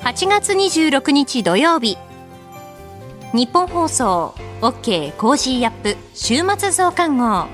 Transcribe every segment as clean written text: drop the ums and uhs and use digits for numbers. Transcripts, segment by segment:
8月26日土曜日、日本放送 OK コージーアップ週末増刊号。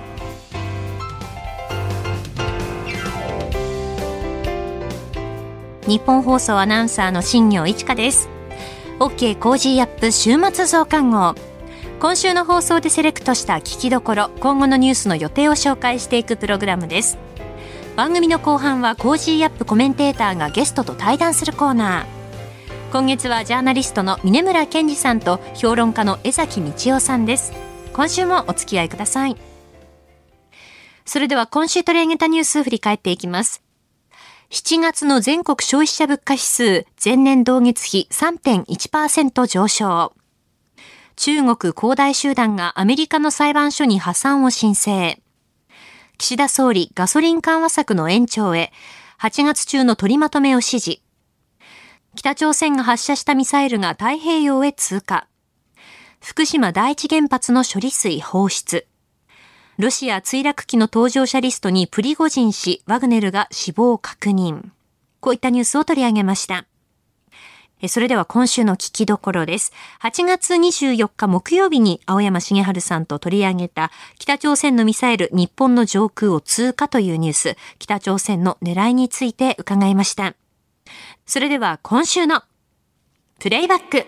日本放送アナウンサーの新業一華です。 OK コージーアップ週末増刊号、今週の放送でセレクトした聞きどころ、今後のニュースの予定を紹介していくプログラムです。番組の後半はコージーアップコメンテーターがゲストと対談するコーナー。今月はジャーナリストの峯村健二さんと評論家の江崎道夫さんです。今週もお付き合いください。それでは今週取り上げたニュースを振り返っていきます。7月の全国消費者物価指数、前年同月比 3.1% 上昇。中国恒大集団がアメリカの裁判所に破産を申請。岸田総理ガソリン緩和策の延長へ、8月中の取りまとめを指示。北朝鮮が発射したミサイルが太平洋へ通過。福島第一原発の処理水放出。ロシア墜落機の搭乗者リストにプリゴジン氏、ワグネルが死亡確認。こういったニュースを取り上げました。それでは今週の聞きどころです。8月24日木曜日に青山茂春さんと取り上げた北朝鮮のミサイル日本の上空を通過というニュース、北朝鮮の狙いについて伺いました。それでは今週のプレイバック。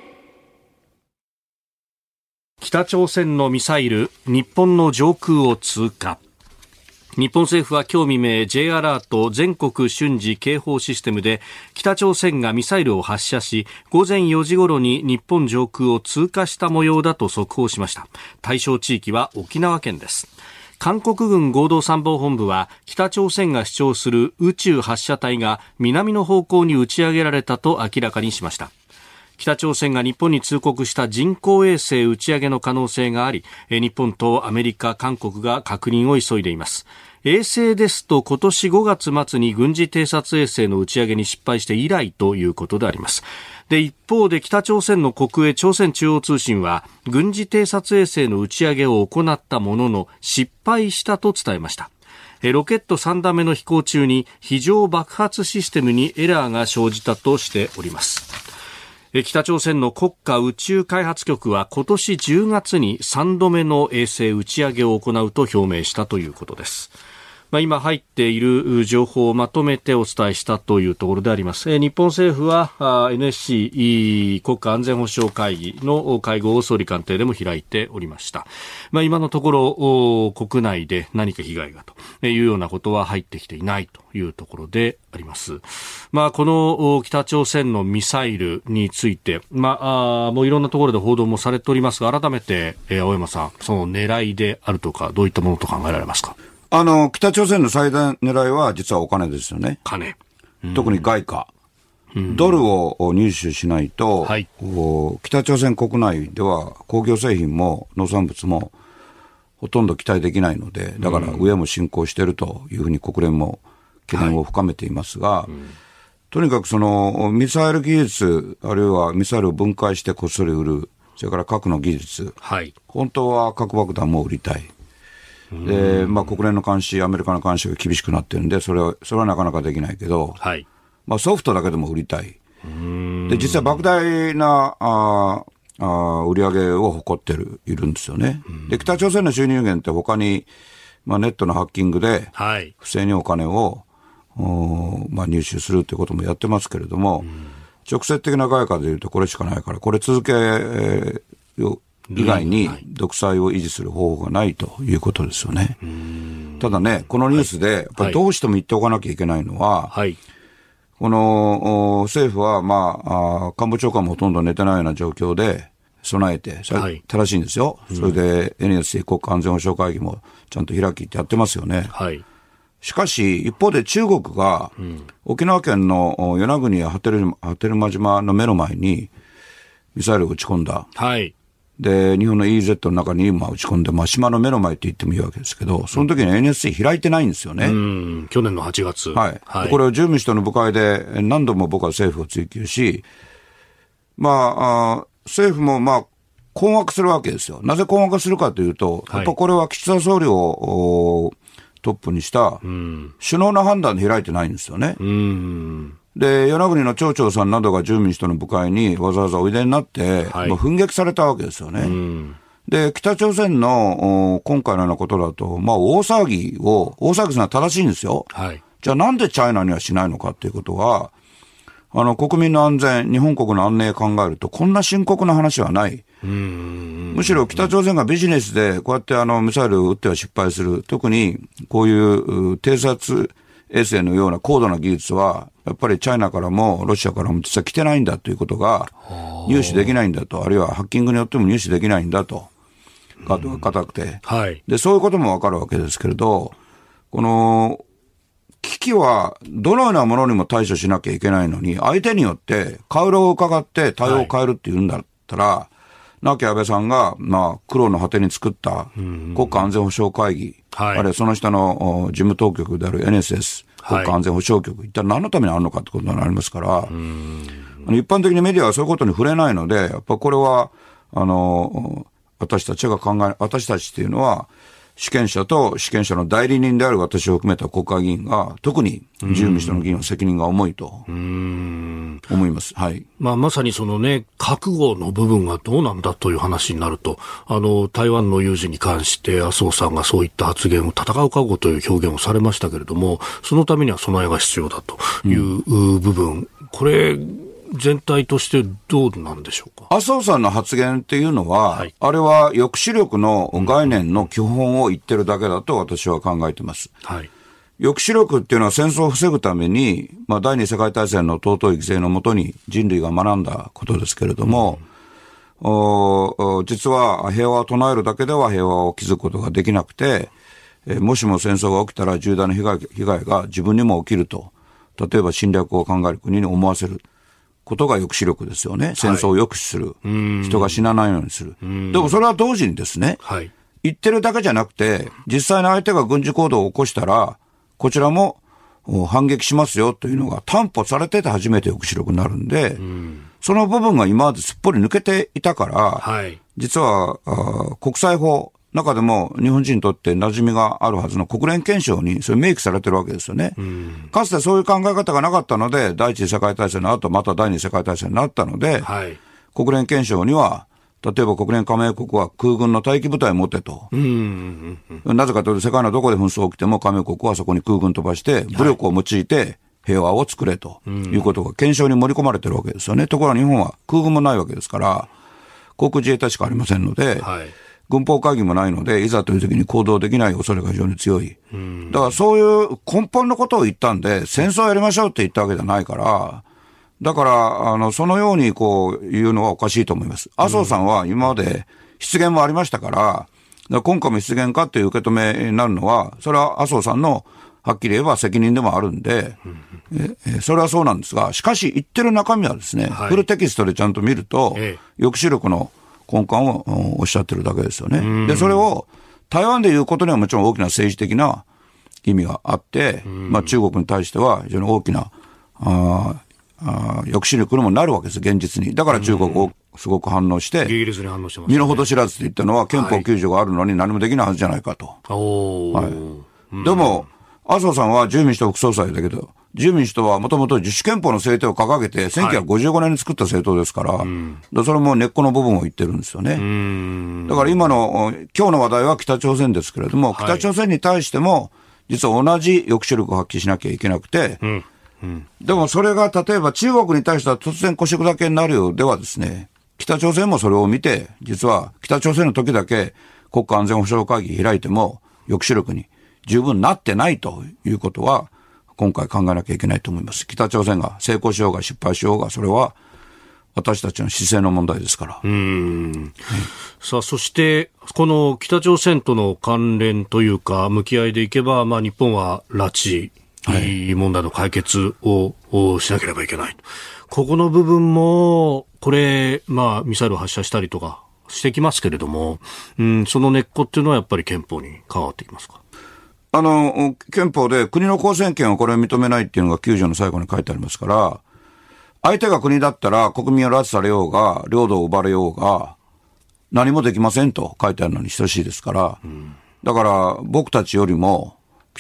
北朝鮮のミサイル日本の上空を通過。日本政府は今日未明 J アラート全国瞬時警報システムで北朝鮮がミサイルを発射し、午前4時頃に日本上空を通過した模様だと速報しました。対象地域は沖縄県です。韓国軍合同参謀本部は北朝鮮が主張する宇宙発射体が南の方向に打ち上げられたと明らかにしました。北朝鮮が日本に通告した人工衛星打ち上げの可能性があり、日本とアメリカ、韓国が確認を急いでいます。衛星ですと今年5月末に軍事偵察衛星の打ち上げに失敗して以来ということであります。で、一方で北朝鮮の国営朝鮮中央通信は軍事偵察衛星の打ち上げを行ったものの失敗したと伝えました。ロケット3段目の飛行中に非常爆発システムにエラーが生じたとしております。北朝鮮の国家宇宙開発局は今年10月に3度目の衛星打ち上げを行うと表明したということです。今入っている情報をまとめてお伝えしたというところであります。日本政府は NSC 国家安全保障会議の会合を総理官邸でも開いておりました。今のところ国内で何か被害がというようなことは入ってきていないというところであります。この北朝鮮のミサイルについて、もういろんなところで報道もされておりますが、改めて青山さん、その狙いであるとかどういったものと考えられますか？ 北朝鮮の最大狙いは実はお金ですよね。 金。 特に外貨。ドルを入手しないと、はい、北朝鮮国内では工業製品も農産物もほとんど期待できないので、だから上も侵攻しているというふうに国連も懸念を深めていますが、とにかくそのミサイル技術、あるいはミサイルを分解してこっそり売る、それから核の技術、はい、本当は核爆弾も売りたい。で、国連の監視、アメリカの監視が厳しくなってるんで、それはなかなかできないけど、はい、ソフトだけでも売りたい。で、実際莫大な売り上げを誇っているんですよね。で、北朝鮮の収入源って他に、ネットのハッキングで、不正にお金を、入手するということもやってますけれども、直接的な外貨でいうとこれしかないから、これ続け、以外に独裁を維持する方法がないということですよね。ただね、このニュースでやっぱりどうしても言っておかなきゃいけないのは、はい、この政府は官房長官もほとんど寝てないような状況で備えて、はい、正しいんですよ。それで NSC 国家安全保障会議もちゃんと開きってやってますよね。はい、しかし一方で中国が沖縄県の与那国や波照間島の目の前にミサイルを撃ち込んだ。はい、で、日本の EEZ の中に打ち込んで、島の目の前って言ってもいいわけですけど、その時に NSC 開いてないんですよね。 去年の8月。 はい。はい、これを自由民主党の部会で何度も僕は政府を追及し、政府も困惑するわけですよ。なぜ困惑するかというと、やっぱこれは岸田総理をトップにした首脳の判断で開いてないんですよね。 で、与那国の町長さんなどが自由民主党の部会にわざわざおいでになって、もう奮撃されたわけですよね。で、北朝鮮の今回のようなことだと、大騒ぎするのは正しいんですよ。じゃあなんでチャイナにはしないのかっていうことは、国民の安全、日本国の安寧を考えると、こんな深刻な話はない。むしろ北朝鮮がビジネスでこうやってミサイルを撃っては失敗する。特にこういう偵察衛星のような高度な技術は、やっぱりチャイナからもロシアからも実は来てないんだということが入手できないんだと、あるいはハッキングによっても入手できないんだと、固くて。で、そういうこともわかるわけですけれど、この、危機はどのようなものにも対処しなきゃいけないのに、相手によって顔色を伺って対応を変えるっていうんだったら、亡き安倍さんが、苦労の果てに作った国家安全保障会議、あるいはその下の事務当局である NSS、国家安全保障局、一体何のためにあるのかってことになりますから、一般的にメディアはそういうことに触れないので、やっぱこれは、私たちっていうのは、主権者と主権者の代理人である私を含めた国会議員が、特に自由民主党の議員は責任が重いと思います。 まさにそのね、覚悟の部分がどうなんだという話になると、台湾の有事に関して麻生さんがそういった発言を戦う覚悟という表現をされましたけれども、そのためには備えが必要だという部分、これ、全体としてどうなんでしょうか。 麻生さんの発言っていうのは、あれは抑止力の概念の基本を言ってるだけだと私は考えています。抑止力っていうのは戦争を防ぐために、第二次世界大戦の尊い犠牲のもとに人類が学んだことですけれども、実は平和を唱えるだけでは平和を築くことができなくて、もしも戦争が起きたら重大な被害が自分にも起きると、例えば侵略を考える国に思わせることが抑止力ですよね。戦争を抑止する。人が死なないようにする。でもそれは同時にですね、言ってるだけじゃなくて、実際の相手が軍事行動を起こしたら、こちらも反撃しますよというのが担保されてて初めて抑止力になるんで、その部分が今まですっぽり抜けていたから、実は国際法、中でも日本人にとって馴染みがあるはずの国連憲章にそれ明記されてるわけですよね。かつてそういう考え方がなかったので、第一次世界大戦の後、また第二次世界大戦になったので、国連憲章には、例えば国連加盟国は空軍の待機部隊を持てと。なぜかというと、世界のどこで紛争が起きても加盟国はそこに空軍飛ばして、武力を用いて平和を作れということが憲章に盛り込まれてるわけですよね。ところが日本は空軍もないわけですから、航空自衛隊しかありませんので、軍法会議もないので、いざという時に行動できない恐れが非常に強い。だからそういう根本のことを言ったんで、戦争をやりましょうって言ったわけじゃないから、だから、そのようにこう言うのはおかしいと思います。麻生さんは今まで失言もありましたから、今回も失言かという受け止めになるのは、それは麻生さんのはっきり言えば責任でもあるんで、それはそうなんですが、しかし言ってる中身はですね、フルテキストでちゃんと見ると、抑止力の根幹をおっしゃってるだけですよね。で、それを台湾で言うことにはもちろん大きな政治的な意味があって、中国に対しては非常に大きな抑止力にもなるわけです、現実に。だから中国をすごく反応して、身の程知らずと言ったのは憲法9条があるのに何もできないはずじゃないかと。でも、麻生さんは自由民主党副総裁だけど、自由民主党はもともと自主憲法の制定を掲げて、1955年に作った政党ですから、それも根っこの部分を言ってるんですよね。だから今の、今日の話題は北朝鮮ですけれども、北朝鮮に対しても、実は同じ抑止力を発揮しなきゃいけなくて、でもそれが例えば中国に対しては突然腰砕けになるようではですね、北朝鮮もそれを見て、実は北朝鮮の時だけ国家安全保障会議開いても抑止力に十分なってないということは、今回考えなきゃいけないと思います。北朝鮮が成功しようが失敗しようが、それは私たちの姿勢の問題ですから。 さあ、そしてこの北朝鮮との関連というか向き合いでいけば、日本は拉致問題の解決をしなければいけない。ここの部分もこれ、ミサイルを発射したりとかしてきますけれども、その根っこっていうのはやっぱり憲法に関わってきますか。 憲法で国の公選権をこれ認めないっていうのが9条の最後に書いてありますから、相手が国だったら国民を拉致されようが、領土を奪われようが、何もできませんと書いてあるのに等しいですから、だから僕たちよりも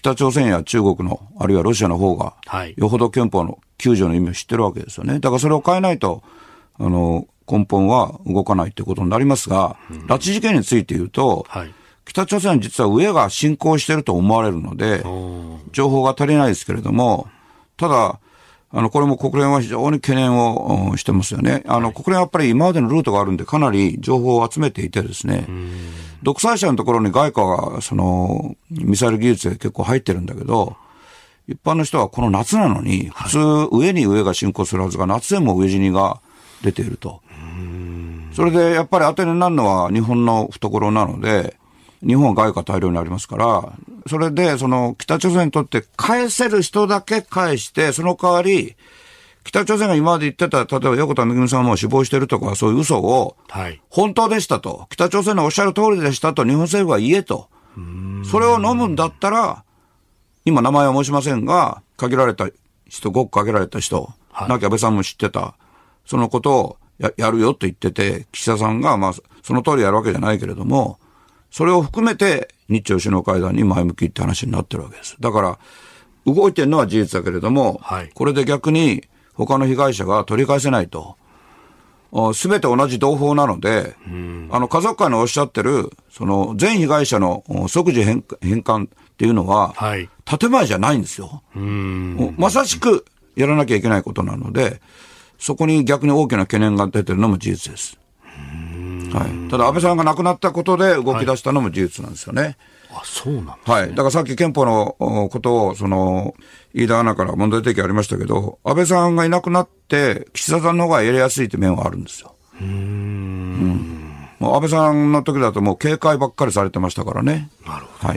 北朝鮮や中国の、あるいはロシアの方が、よほど憲法の9条の意味を知ってるわけですよね。だからそれを変えないと、根本は動かないということになりますが、拉致事件について言うと、北朝鮮は実は上が侵攻していると思われるので、情報が足りないですけれども、ただ、これも国連は非常に懸念をしてますよね。国連はやっぱり今までのルートがあるんで、かなり情報を集めていてですね、独裁者のところに外貨が、ミサイル技術で結構入ってるんだけど、一般の人はこの夏なのに、普通上に上が侵攻するはずが、夏でも上死にが出ていると。それでやっぱり当てになるのは日本の懐なので、日本は外貨大量にありますから、それで北朝鮮にとって返せる人だけ返して、その代わり、北朝鮮が今まで言ってた、例えば横田めぐみさんも死亡してるとか、そういう嘘を、本当でしたと、北朝鮮のおっしゃる通りでしたと日本政府は言えと。それを飲むんだったら、今名前は申しませんが、限られた人、ごく限られた人、亡き安倍さんも知ってた、そのことをやるよと言ってて、岸田さんがその通りやるわけじゃないけれども、それを含めて日朝首脳会談に前向きって話になってるわけです。だから、動いてるのは事実だけれども、これで逆に他の被害者が取り返せないと。すべて同じ同胞なので、家族会のおっしゃってる、全被害者の即時返還っていうのは、建前じゃないんですよ。まさしくやらなきゃいけないことなので、そこに逆に大きな懸念が出てるのも事実です。ただ安倍さんが亡くなったことで動き出したのも事実なんですよね。 そうなんですね。 だからさっき憲法のことを、飯田アナから問題提起ありましたけど、安倍さんがいなくなって、岸田さんの方がやりやすいという面はあるんですよ。もう安倍さんの時だともう警戒ばっかりされてましたからね。 なるほど。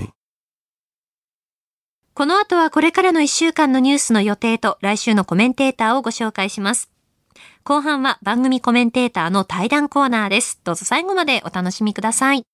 この後はこれからの1週間のニュースの予定と来週のコメンテーターをご紹介します。後半は番組コメンテーターの対談コーナーです。どうぞ最後までお楽しみください。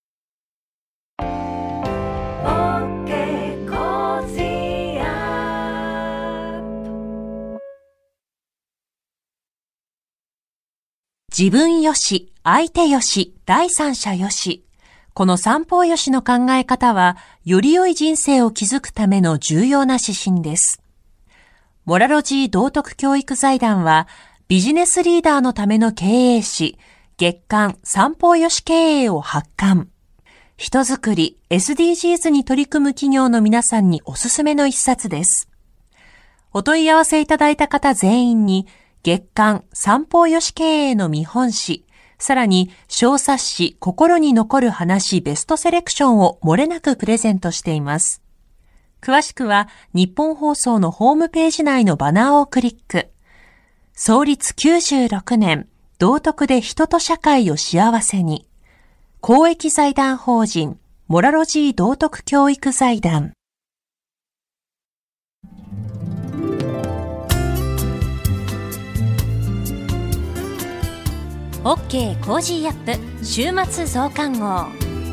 自分よし、相手よし、第三者よし。この三方よしの考え方は、より良い人生を築くための重要な指針です。モラロジー道徳教育財団は、ビジネスリーダーのための経営誌、月刊三方よし経営を発刊。人づくり、SDGs に取り組む企業の皆さんにおすすめの一冊です。お問い合わせいただいた方全員に、月刊三方よし経営の見本誌、さらに小冊子心に残る話ベストセレクションを漏れなくプレゼントしています。詳しくは日本放送のホームページ内のバナーをクリック。創立96年、道徳で人と社会を幸せに。公益財団法人、モラロジー道徳教育財団。OK コージーアップ週末増刊号。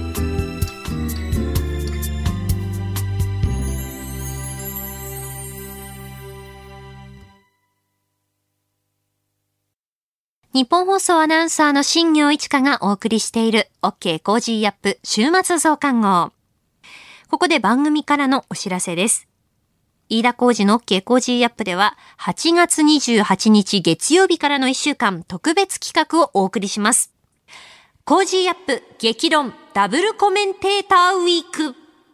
日本放送アナウンサーの新業一華がお送りしている OK コージーアップ週末増刊号。ここで番組からのお知らせです。飯田浩司の OK コージーアップでは8月28日月曜日からの1週間特別企画をお送りします。コージーアップ激論ダブルコメンテーターウィーク。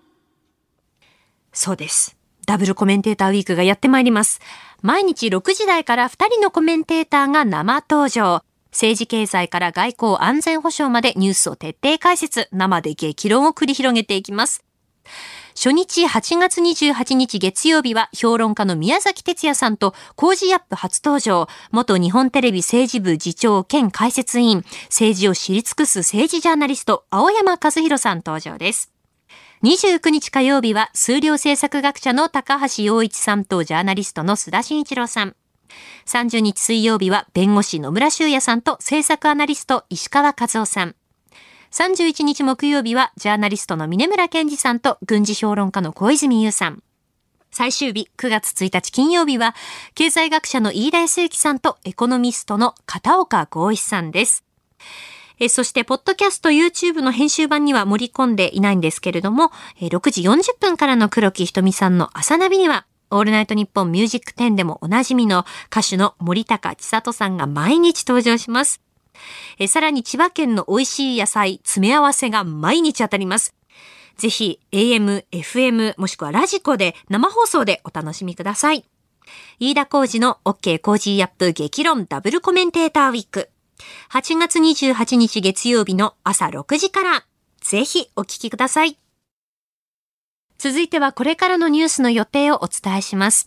そうです。ダブルコメンテーターウィークがやってまいります。毎日6時台から2人のコメンテーターが生登場。政治経済から外交安全保障までニュースを徹底解説、生で激論を繰り広げていきます。初日8月28日月曜日は評論家の宮崎哲也さんとコージーアップ初登場、元日本テレビ政治部次長兼解説委員、政治を知り尽くす政治ジャーナリスト青山和弘さん登場です。29日火曜日は数量政策学者の高橋洋一さんとジャーナリストの須田慎一郎さん。30日水曜日は弁護士野村修也さんと政策アナリスト石川和夫さん。31日木曜日はジャーナリストの峯村健二さんと軍事評論家の小泉悠さん。最終日9月1日金曜日は経済学者の飯田康之さんとエコノミストの片岡剛一さんです。 そして、ポッドキャスト YouTube の編集版には盛り込んでいないんですけれども、6時40分からの黒木ひとみさんの朝ナビには、オールナイトニッポンミュージック10でもおなじみの歌手の森高千里さんが毎日登場します。さらに千葉県の美味しい野菜詰め合わせが毎日当たります。ぜひ AM、FM もしくはラジコで生放送でお楽しみください。飯田浩司の OK コージーアップ激論ダブルコメンテーターウィーク。8月28日月曜日の朝6時から、ぜひお聞きください。続いてはこれからのニュースの予定をお伝えします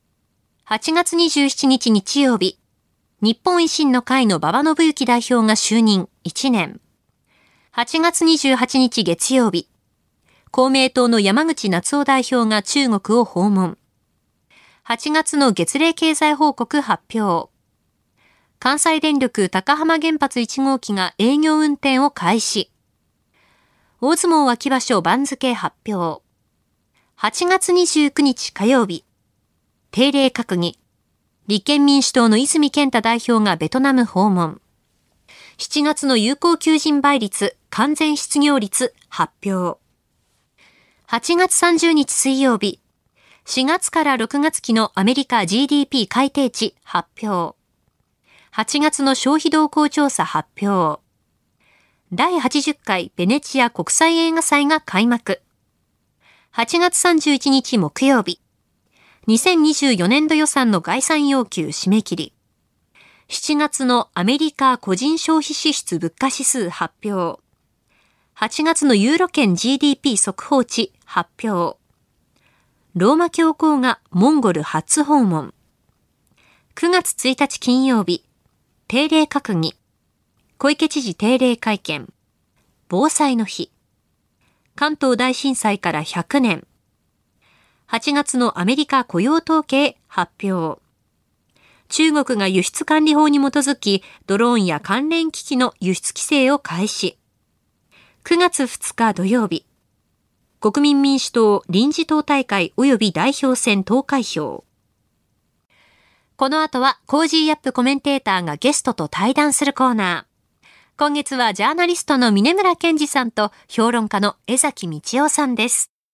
。8月27日日曜日、日本維新の会の馬場伸幸代表が就任1年。8月28日月曜日、公明党の山口那津男代表が中国を訪問。8月の月例経済報告発表。関西電力高浜原発1号機が営業運転を開始。大相撲秋場所番付発表。8月29日火曜日。定例閣議。立憲民主党の泉健太代表がベトナム訪問。7月の有効求人倍率、完全失業率発表。8月30日水曜日。4月から6月期のアメリカ GDP 改定値発表。8月の消費動向調査発表。第80回ベネチア国際映画祭が開幕。8月31日木曜日。2024年度予算の概算要求締め切り。7月のアメリカ個人消費支出物価指数発表。8月のユーロ圏 GDP 速報値発表。ローマ教皇がモンゴル初訪問。9月1日金曜日。定例閣議。小池知事定例会見。防災の日。関東大震災から100年。8月のアメリカ雇用統計発表。中国が輸出管理法に基づき、ドローンや関連機器の輸出規制を開始。9月2日土曜日。国民民主党臨時党大会及び代表選投開票。この後はコージーアップコメンテーターがゲストと対談するコーナー。今月はジャーナリストの峯村健二さんと評論家の江崎道夫さんです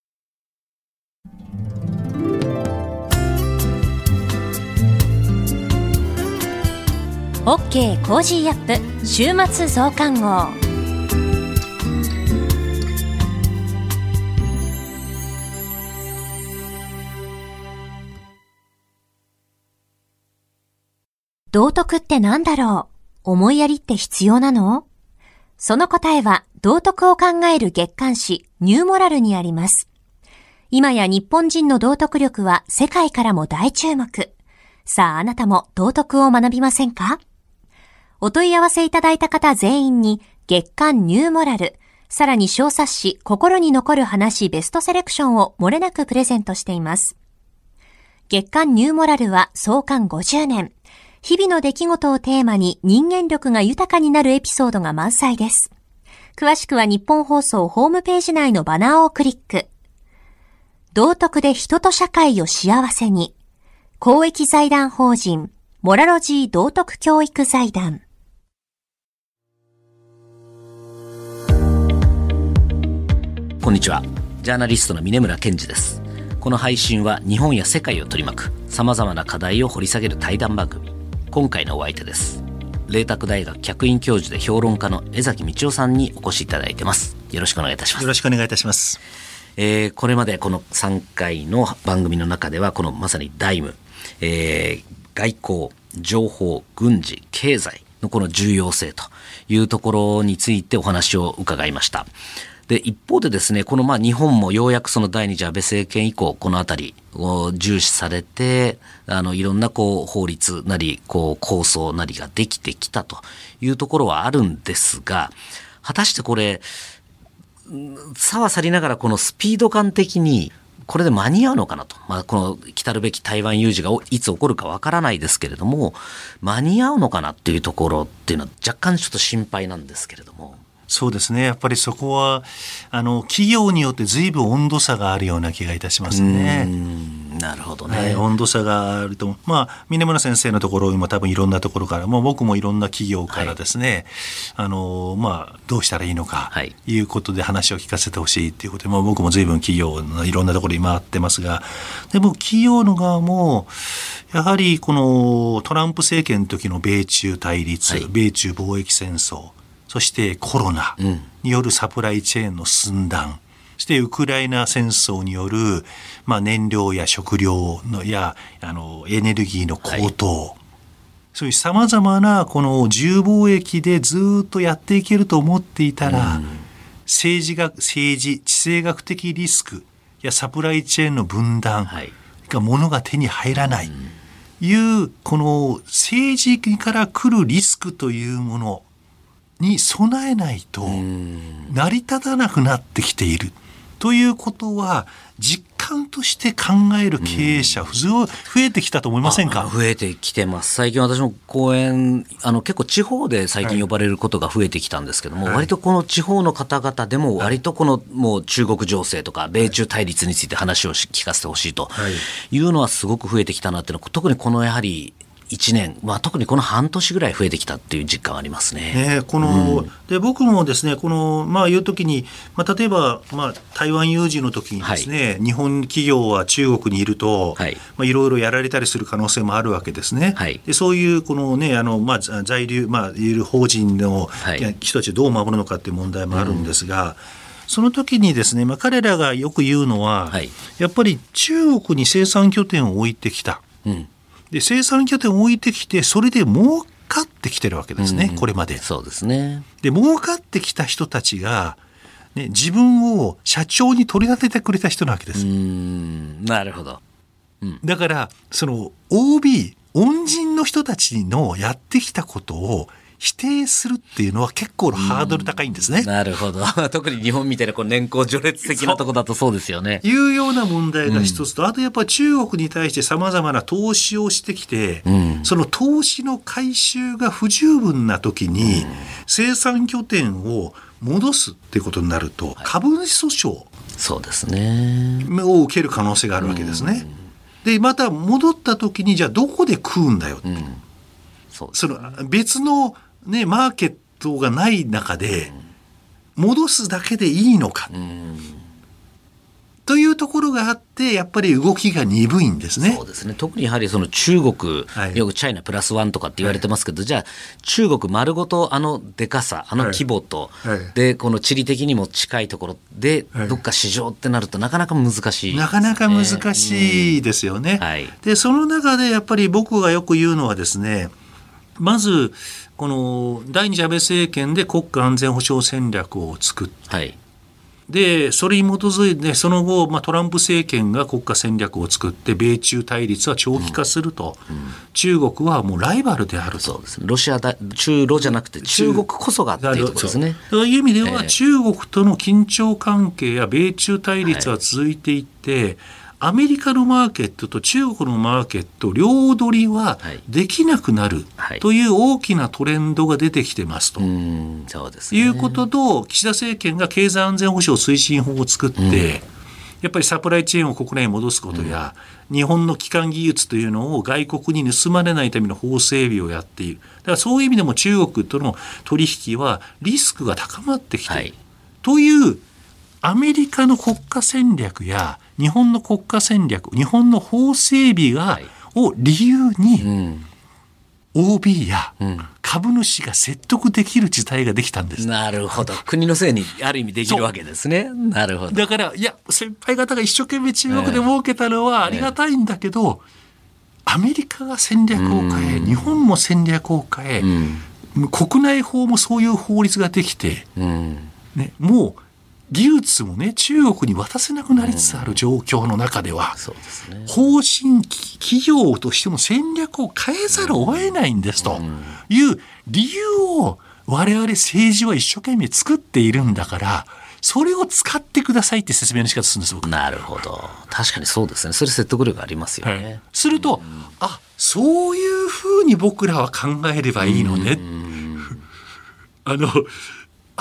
。OK コージーアップ週末増刊号。道徳って何だろう？思いやりって必要なの？その答えは道徳を考える月刊誌ニューモラルにあります。今や日本人の道徳力は世界からも大注目。さああなたも道徳を学びませんか？お問い合わせいただいた方全員に月刊ニューモラル、さらに小冊子心に残る話ベストセレクションを漏れなくプレゼントしています。月刊ニューモラルは創刊50年。日々の出来事をテーマに人間力が豊かになるエピソードが満載です。詳しくは日本放送ホームページ内のバナーをクリック。道徳で人と社会を幸せに。公益財団法人モラロジー道徳教育財団。 こんにちは。ジャーナリストの峯村健二です。この配信は日本や世界を取り巻く様々な課題を掘り下げる対談番組。今回のお相手です。麗澤大学客員教授で評論家の江崎道夫さんにお越しいただいてます。よろしくお願いいたします。 よろしくお願いいたします。 これまでこの3回の番組の中ではこのまさに大務、外交、情報、軍事、経済のこの重要性というところについてお話を伺いました。で一方でですね、この日本もようやくその第二次安倍政権以降このあたりを重視されていろんな法律なり構想なりができてきたというところはあるんですが、果たしてこれ差は去りながらこのスピード感的にこれで間に合うのかなと、この来るべき台湾有事がいつ起こるかわからないですけれども間に合うのかなっていうところっていうのは若干ちょっと心配なんですけれども。 そうですね。やっぱりそこは企業によって随分温度差があるような気がいたしますね。 なるほどね。 温度差があると、峰村先生のところ今多分いろんなところから、僕もいろんな企業からですね、どうしたらいいのかいうことで話を聞かせてほしいということで、僕も随分企業のいろんなところに回ってますが、でも企業の側もやはりこのトランプ政権の時の米中対立、米中貿易戦争、そしてコロナによるサプライチェーンの寸断、そしてウクライナ戦争による、燃料や食料やエネルギーの高騰、そういうさまざまなこの自由貿易でずっとやっていけると思っていたら、政治地政学的リスクやサプライチェーンの分断が物が手に入らない、いうこの政治から来るリスクというものに備えないと成り立たなくなってきているということは実感として考える経営者増えてきたと思いませんか？ 増えてきてます。最近私も講演結構地方で最近呼ばれることが増えてきたんですけども、割とこの地方の方々でも割とこのもう中国情勢とか米中対立について話を聞かせてほしいというのはすごく増えてきたなっていうのは、特にこのやはり1年、特にこの半年ぐらい増えてきたっていう実感はありますね。 で僕もですね、このいう時に、例えば、台湾有事の時にですね、日本企業は中国にいると、いろいろやられたりする可能性もあるわけですね。でそういうこのね在留、いる法人の人たちをどう守るのかっていう問題もあるんですが、その時にですね、彼らがよく言うのは、やっぱり中国に生産拠点を置いてきた。で生産拠点を置いてきて、それで儲かってきてるわけですね、これまで。 そうですね。 で儲かってきた人たちが、自分を社長に取り立ててくれた人なわけです。 なるほど。 だからその OB 恩人の人たちのやってきたことを否定するっていうのは結構ハードル高いんですね。 なるほど。特に日本みたいな年功序列的なとこだとそうですよね。 いうような問題が一つと、あとやっぱり中国に対してさまざまな投資をしてきて、その投資の回収が不十分な時に生産拠点を戻すっていうことになると、株主訴訟そうですねを受ける可能性があるわけですね。でまた戻った時にじゃあどこで食うんだよって、その別のマーケットがない中で戻すだけでいいのか、というところがあって、やっぱり動きが鈍いんですね。 そうですね。特にやはりその中国、よくチャイナプラスワンとかって言われてますけど、じゃあ中国丸ごとでかさ、規模と、でこの地理的にも近いところで、どっか市場ってなるとなかなか難しいですね。 なかなか難しいですよね。でその中でやっぱり僕がよく言うのはですね、まずこの第二次安倍政権で国家安全保障戦略を作って、でそれに基づいてその後、トランプ政権が国家戦略を作って米中対立は長期化すると、中国はもうライバルであると。 そうですね。中ロじゃなくて中国こそがっていうところですね。 そういう意味では、中国との緊張関係や米中対立は続いていって、アメリカのマーケットと中国のマーケット両取りはできなくなるという大きなトレンドが出てきてますと、 そうですね、 いうことと、岸田政権が経済安全保障推進法を作って、やっぱりサプライチェーンを国内に戻すことや、日本の基幹技術というのを外国に盗まれないための法整備をやっている。だからそういう意味でも中国との取引はリスクが高まってきている、というアメリカの国家戦略や日本の国家戦略、日本の法整備を理由に、OB や株主が説得できる事態ができたんです。 なるほど。国のせいにある意味できるわけですね。なるほど。 だから先輩方が一生懸命中国で儲けたのはありがたいんだけど、アメリカが戦略を変え、日本も戦略を変え、国内法もそういう法律ができて、もう技術もね、中国に渡せなくなりつつある状況の中では、方針企業としても戦略を変えざるを得ないんですという理由を我々政治は一生懸命作っているんだから、それを使ってくださいって説明の仕方するんです。僕。 なるほど。確かにそうですね。それ説得力ありますよね。 すると、そういうふうに僕らは考えればいいのね。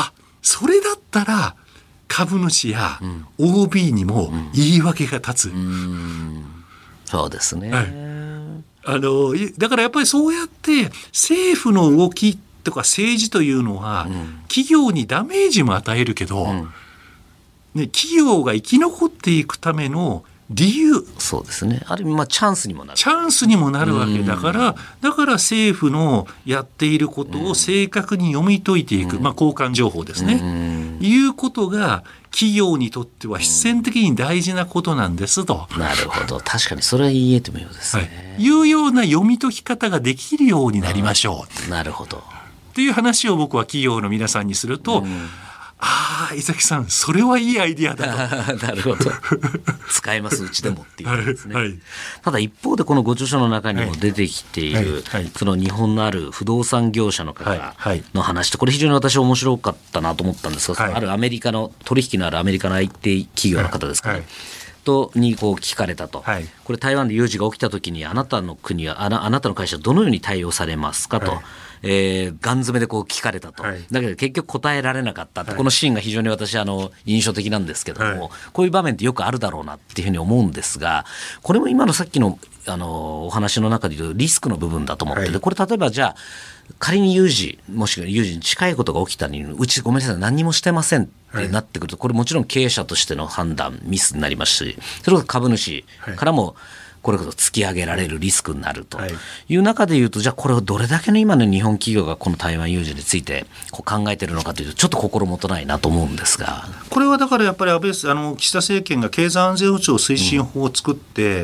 それだったら株主や OB にも言い訳が立つ。 そうですね、 はい、だからやっぱりそうやって政府の動きとか政治というのは、企業にダメージも与えるけど、ね、企業が生き残っていくための理由、 そうですね、ある意味チャンスにもなる、 チャンスにもなるわけだから、政府のやっていることを正確に読み解いていく、交換情報ですね、いうことが企業にとっては必然的に大事なことなんですと。 なるほど、確かにそれは言えてもいいようですね、 いうような読み解き方ができるようになりましょう。 なるほど。 っていう話を僕は企業の皆さんにすると、井崎さんそれはいいアイディアだと。 なるほど、使えますうちでもっていうことですね、 はいはい、 ただ一方でこのご著書の中にも出てきている、その日本のある不動産業者の方の話と、これ非常に私面白かったなと思ったんですが、あるアメリカの取引のあるアメリカの IT 企業の方ですかね、にこう聞かれたと、これ台湾で有事が起きたときにあなたの国はあなたの会社はどのように対応されますかと、ガン詰めでこう聞かれたと、だけど結局答えられなかったって、このシーンが非常に私印象的なんですけども、こういう場面ってよくあるだろうなっていうふうに思うんですが、これも今のさっきのお話の中でいうリスクの部分だと思ってて、これ例えばじゃあ仮に有事もしくは有事に近いことが起きたのにうちごめんなさい何にもしてませんってなってくると、これもちろん経営者としての判断ミスになりますし、それこそ株主からもこれこそ突き上げられるリスクになるという中でいうと、じゃあこれをどれだけの今の日本企業がこの台湾有事についてこう考えているのかというと、ちょっと心もとないなと思うんですが、 これはだからやっぱり岸田政権が経済安全保障推進法を作って、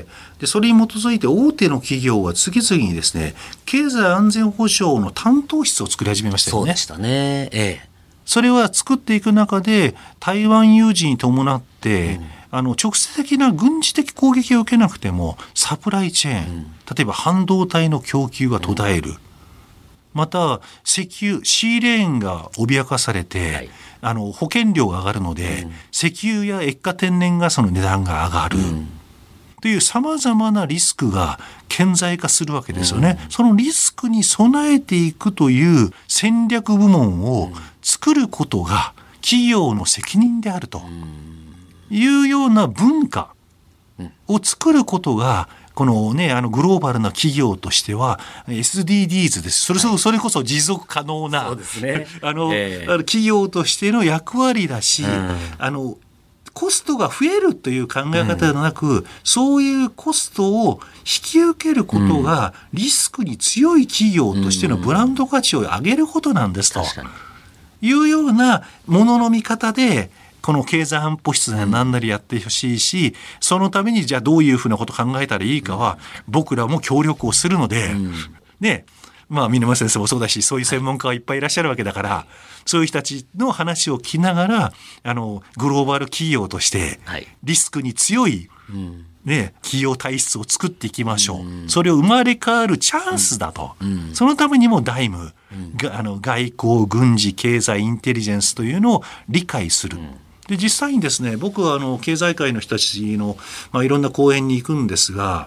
でそれに基づいて大手の企業は次々にですね、経済安全保障の担当室を作り始めましたよね。 そうでしたね、 それは作っていく中で台湾有事に伴って、直接的な軍事的攻撃を受けなくてもサプライチェーン、例えば半導体の供給が途絶える、また石油シーレーンが脅かされて、保険料が上がるので、石油や液化天然ガスの値段が上がる、というさまざまなリスクが顕在化するわけですよね、そのリスクに備えていくという戦略部門を作ることが企業の責任であるというような文化を作ることが、このね、グローバルな企業としては SDGs です。それこそ持続可能な、 そうですね、 企業としての役割だし、コストが増えるという考え方ではなく、そういうコストを引き受けることがリスクに強い企業としてのブランド価値を上げることなんですというようなものの見方で、この経済安保室で何なりやってほしいし、そのためにじゃあどういうふうなことを考えたらいいかは僕らも協力をするので、ね、峰村先生もそうだし、そういう専門家がいっぱいいらっしゃるわけだから、そういう人たちの話を聞きながらグローバル企業としてリスクに強い、企業体質を作っていきましょう、それを生まれ変わるチャンスだと、そのためにもダイム、外交軍事経済インテリジェンスというのを理解する、で実際にですね、僕は経済界の人たちの、いろんな講演に行くんですが、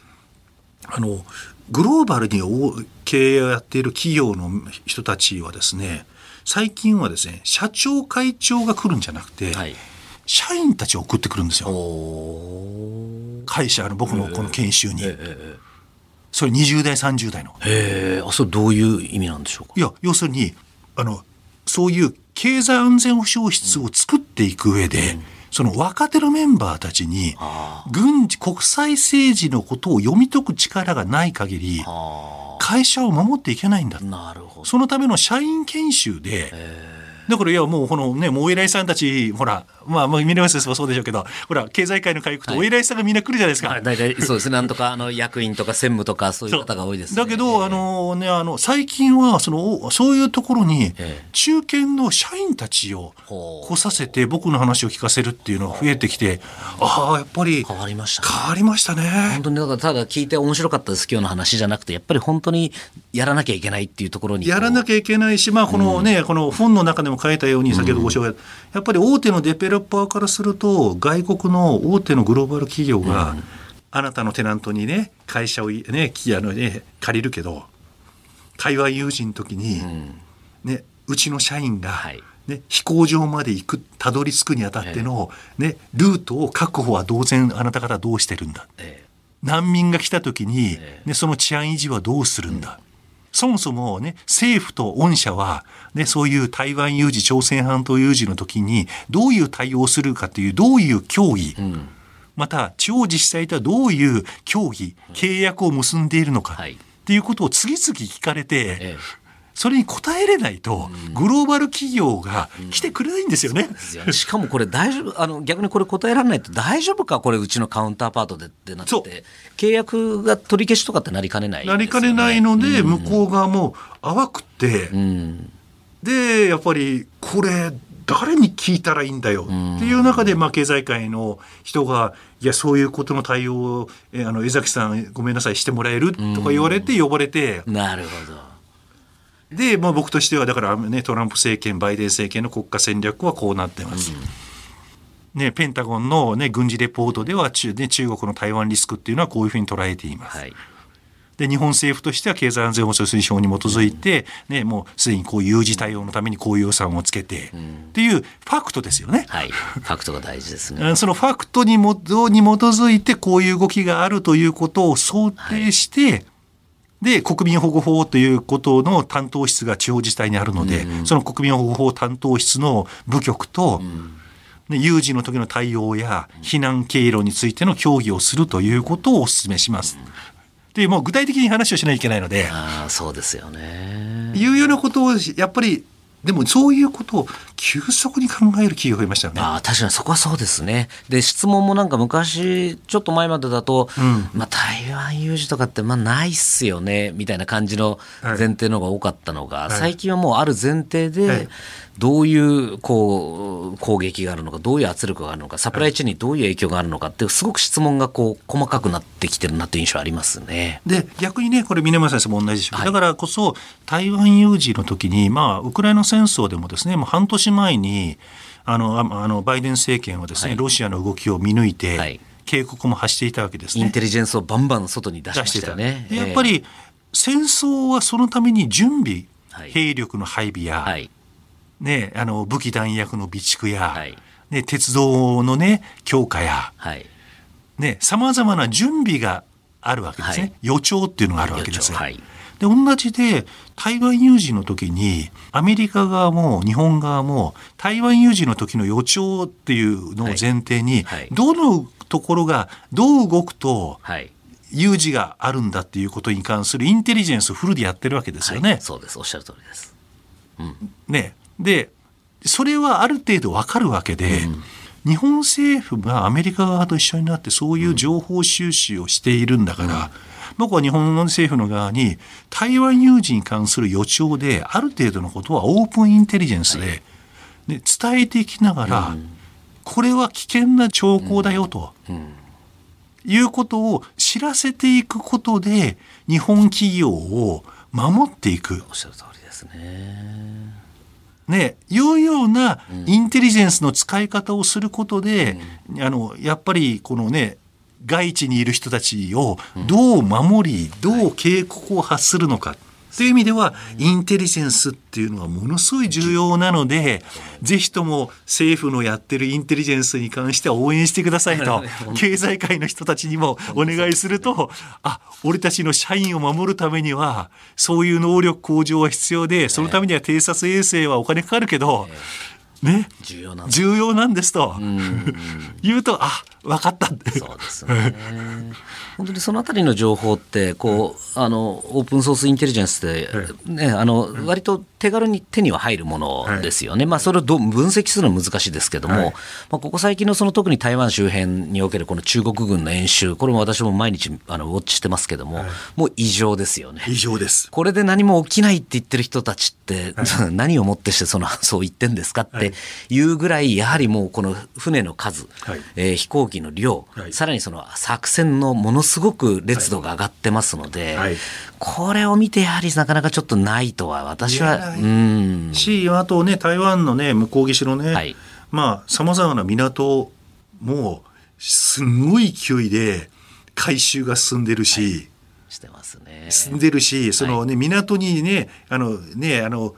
グローバルに経営をやっている企業の人たちはですね、最近はですね、社長会長が来るんじゃなくて、社員たちを送ってくるんですよ。会社僕のこの研修に、それ20代30代の。 それどういう意味なんでしょうか。 いや、要するにそういう経済安全保障室を作っていく上で、その若手のメンバーたちに国際政治のことを読み解く力がない限り会社を守っていけないんだ。 なるほど。 そのための社員研修で、だからもうこのね、もうお偉いさんたち、ほら、峰村先生もそうでしょうけど、ほら経済界の会行くとお偉いさんがみんな来るじゃないですか。 大体そうですね。なんとか役員とか専務とかそういう方が多いですね。 だけど最近はそういうところに中堅の社員たちを来させて僕の話を聞かせるっていうのが増えてきて、やっぱり変わりましたね。 変わりましたね。 本当にだからただ聞いて面白かったです今日の話じゃなくて、やっぱり本当にやらなきゃいけないっていうところにやらなきゃいけないし、この本の中でも書いたように先ほどご紹介、やっぱり大手のデベロッパーからすると外国の大手のグローバル企業が、あなたのテナントにね会社を借りるけど、台湾有事の時に、うちの社員がね、飛行場までたどり着くにあたっての、ね、ルートを確保は当然あなた方どうしてるんだ、難民が来た時に、ね、その治安維持はどうするんだ、そもそもね、政府と恩赦は、ね、そういう台湾有事、朝鮮半島有事の時にどういう対応をするかという、どういう協議、また地方自治体とはどういう協議、契約を結んでいるのか、っていうことを次々聞かれて、それに答えれないとグローバル企業が来てくれないんですよね。 しかもこれ大丈夫、逆にこれ答えられないと大丈夫か、これうちのカウンターパートでってなって、契約が取り消しとかってなりかねないですよね。 なりかねないので、向こう側も淡くって、でやっぱりこれ誰に聞いたらいいんだよっていう中で、経済界の人がいやそういうことの対応を江崎さんごめんなさいしてもらえるとか言われて呼ばれて、 なるほど。 で、僕としてはだから、ね、トランプ政権バイデン政権の国家戦略はこうなってます、ね、ペンタゴンの、ね、軍事レポートでは中国の台湾リスクっていうのはこういうふうに捉えています、で日本政府としては経済安全保障推奨に基づいて、ね、もうすでにこういう有事対応のためにこういう予算をつけて、っていうファクトですよね、 ファクトが大事ですね。 そのファクトに基づいてこういう動きがあるということを想定して、で国民保護法ということの担当室が地方自治体にあるので、その国民保護法担当室の部局と、有事の時の対応や避難経路についての協議をするということをお勧めします。でもう具体的に話をしないといけないので、 そうですよね。 いうようなことをやっぱりでもそういうことを急速に考える企業がいましたよね。 確かにそこはそうですね。で質問もなんか昔ちょっと前までだと、台湾有事とかってないっすよねみたいな感じの前提の方が多かったのが、最近はもうある前提でどういう攻撃があるのか、どういう圧力があるのか、サプライチェーンにどういう影響があるのかってすごく質問が細かくなってきてるなという印象ありますね。 で逆にね、これ峰村先生も同じでしょう、だからこそ台湾有事の時に、ウクライナ戦争でもですね、もう半年前にバイデン政権はですね、ロシアの動きを見抜いて、警告も発していたわけですね。 インテリジェンスをバンバン外に出しましたよね。 やっぱり戦争はそのために準備、兵力の配備や、ね、武器弾薬の備蓄や、ね、鉄道の、ね、強化や、さまざまな準備があるわけですね、予兆っていうのがあるわけですよ。で同じで台湾有事の時にアメリカ側も日本側も台湾有事の時の予兆っていうのを前提に、どのところがどう動くと有事があるんだっていうことに関するインテリジェンスをフルでやってるわけですよね。 そうです、おっしゃる通りです、 ね、でそれはある程度分かるわけで、日本政府がアメリカ側と一緒になってそういう情報収集をしているんだから、僕は日本の政府の側に台湾有事に関する予兆である程度のことはオープンインテリジェンスで、伝えていきながら、これは危険な兆候だよと、いうことを知らせていくことで日本企業を守っていく。 おっしゃる通りですね。 いうようなインテリジェンスの使い方をすることで、やっぱりこのね外地にいる人たちをどう守り、どう警告を発するのかという意味ではインテリジェンスっていうのはものすごい重要なので、ぜひとも政府のやってるインテリジェンスに関しては応援してくださいと経済界の人たちにもお願いすると、俺たちの社員を守るためにはそういう能力向上は必要で、そのためには偵察衛星はお金かかるけど、重要なんですと言うと、分かったって。 そうですね本当にそのあたりの情報ってオープンソースインテリジェンスで、割と手軽に手には入るものですよね。それをどう分析するのは難しいですけども、ここ最近の特に台湾周辺におけるこの中国軍の演習、これも私も毎日ウォッチしてますけども、もう異常ですよね。 異常です。 これで何も起きないって言ってる人たちって、何をもってしてそう言ってんですかっていうぐらい、やはりもうこの船の数、飛行機の量、さらにその作戦のものすごく烈度が上がってますので、これを見てやはりなかなかちょっとないとは私はあとね、台湾のね向こう岸のね、さまざまな港もすごい勢いで改修が進んでるし、 してますね。 進んでるし、そのね、港にね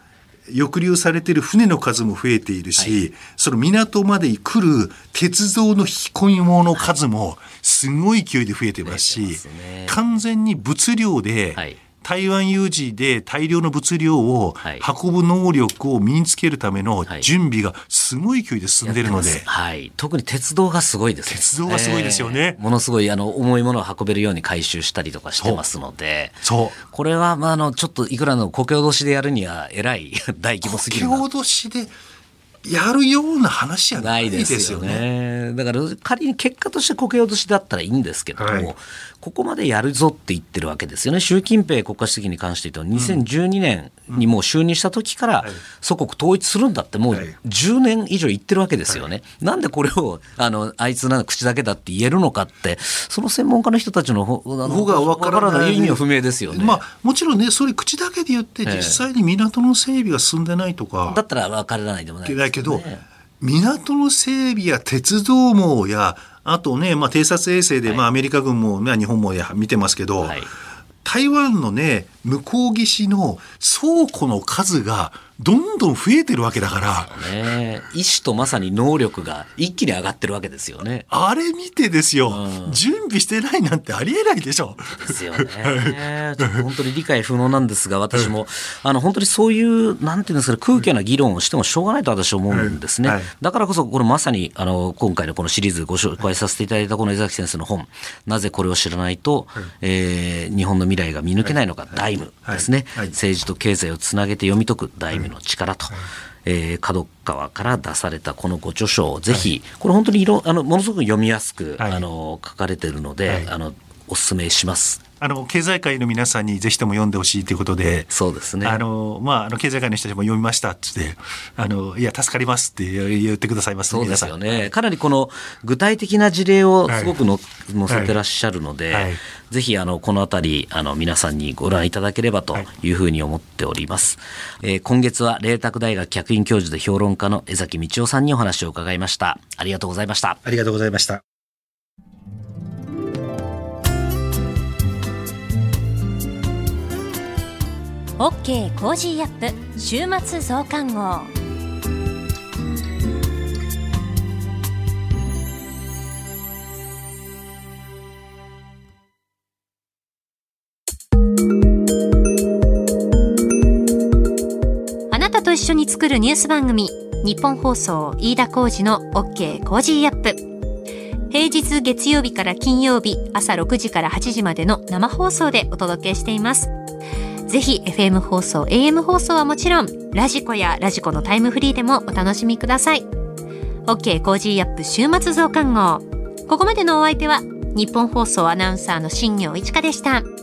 抑留されている船の数も増えているし、その港まで来る鉄道の引き込み物の数もすごい勢いで増えてますし、完全に物量で、台湾有事で大量の物量を運ぶ能力を身につけるための準備がすごい勢いで進んでいるので、 特に鉄道がすごいですね。 鉄道がすごいですよね。 ものすごい重いものを運べるように改修したりとかしてますので、これはちょっといくらのこけ落としでやるにはえらい大規模すぎるな。 こけ落としでやるような話じゃないですよね。 だから仮に結果としてこけ落としだったらいいんですけれども、ここまでやるぞって言ってるわけですよね。習近平国家主席に関して言うと2012年にもう就任した時から祖国統一するんだってもう10年以上言ってるわけですよね。なんでこれをあいつな口だけだって言えるのかって、その専門家の人たちの方が分からない意味は不明ですよね。 もちろんね、それ口だけで言って実際に港の整備が進んでないとかだったら分からないでもないですだけど、港の整備や鉄道網やあとね、偵察衛星で、アメリカ軍も、日本も見てますけど、台湾のね、向こう岸の倉庫の数がどんどん増えてるわけだから、 意思とまさに能力が一気に上がってるわけですよね。 あれ見てですよ、準備してないなんてありえないでしょ。 ですよね。本当に理解不能なんですが、私も本当にそういうなんていうんですか、空虚な議論をしてもしょうがないと私は思うんですね。だからこそこれまさに今回のこのシリーズご紹介させていただいたこの江崎先生の本、なぜこれを知らないと、日本の未来が見抜けないのか、ダイムですね。政治と経済をつなげて読み解くダイムの力と、角川から出されたこのご著書をぜひ、これ本当にものすごく読みやすく、書かれているので、お勧めします。 経済界の皆さんにぜひとも読んでほしいということで、 そうですね。 経済界の人たちも読みましたって言っていや助かりますって言ってくださいます。 そうですよね。かなりこの具体的な事例をすごく載せてらっしゃるので、ぜひこのあたり皆さんにご覧いただければというふうに思っております。今月は麗澤大学客員教授で評論家の江崎道夫さんにお話を伺いました。ありがとうございました。 ありがとうございました。 OK コージーアップ週末増刊号。あなたと一緒に作るニュース番組、日本放送飯田浩司の OK コージーアップ。平日月曜日から金曜日朝6時から8時までの生放送でお届けしています。ぜひ FM 放送 AM 放送はもちろんラジコやラジコのタイムフリーでもお楽しみください。 OK コージーアップ週末増刊号。ここまでのお相手は日本放送アナウンサーの新業一華でした。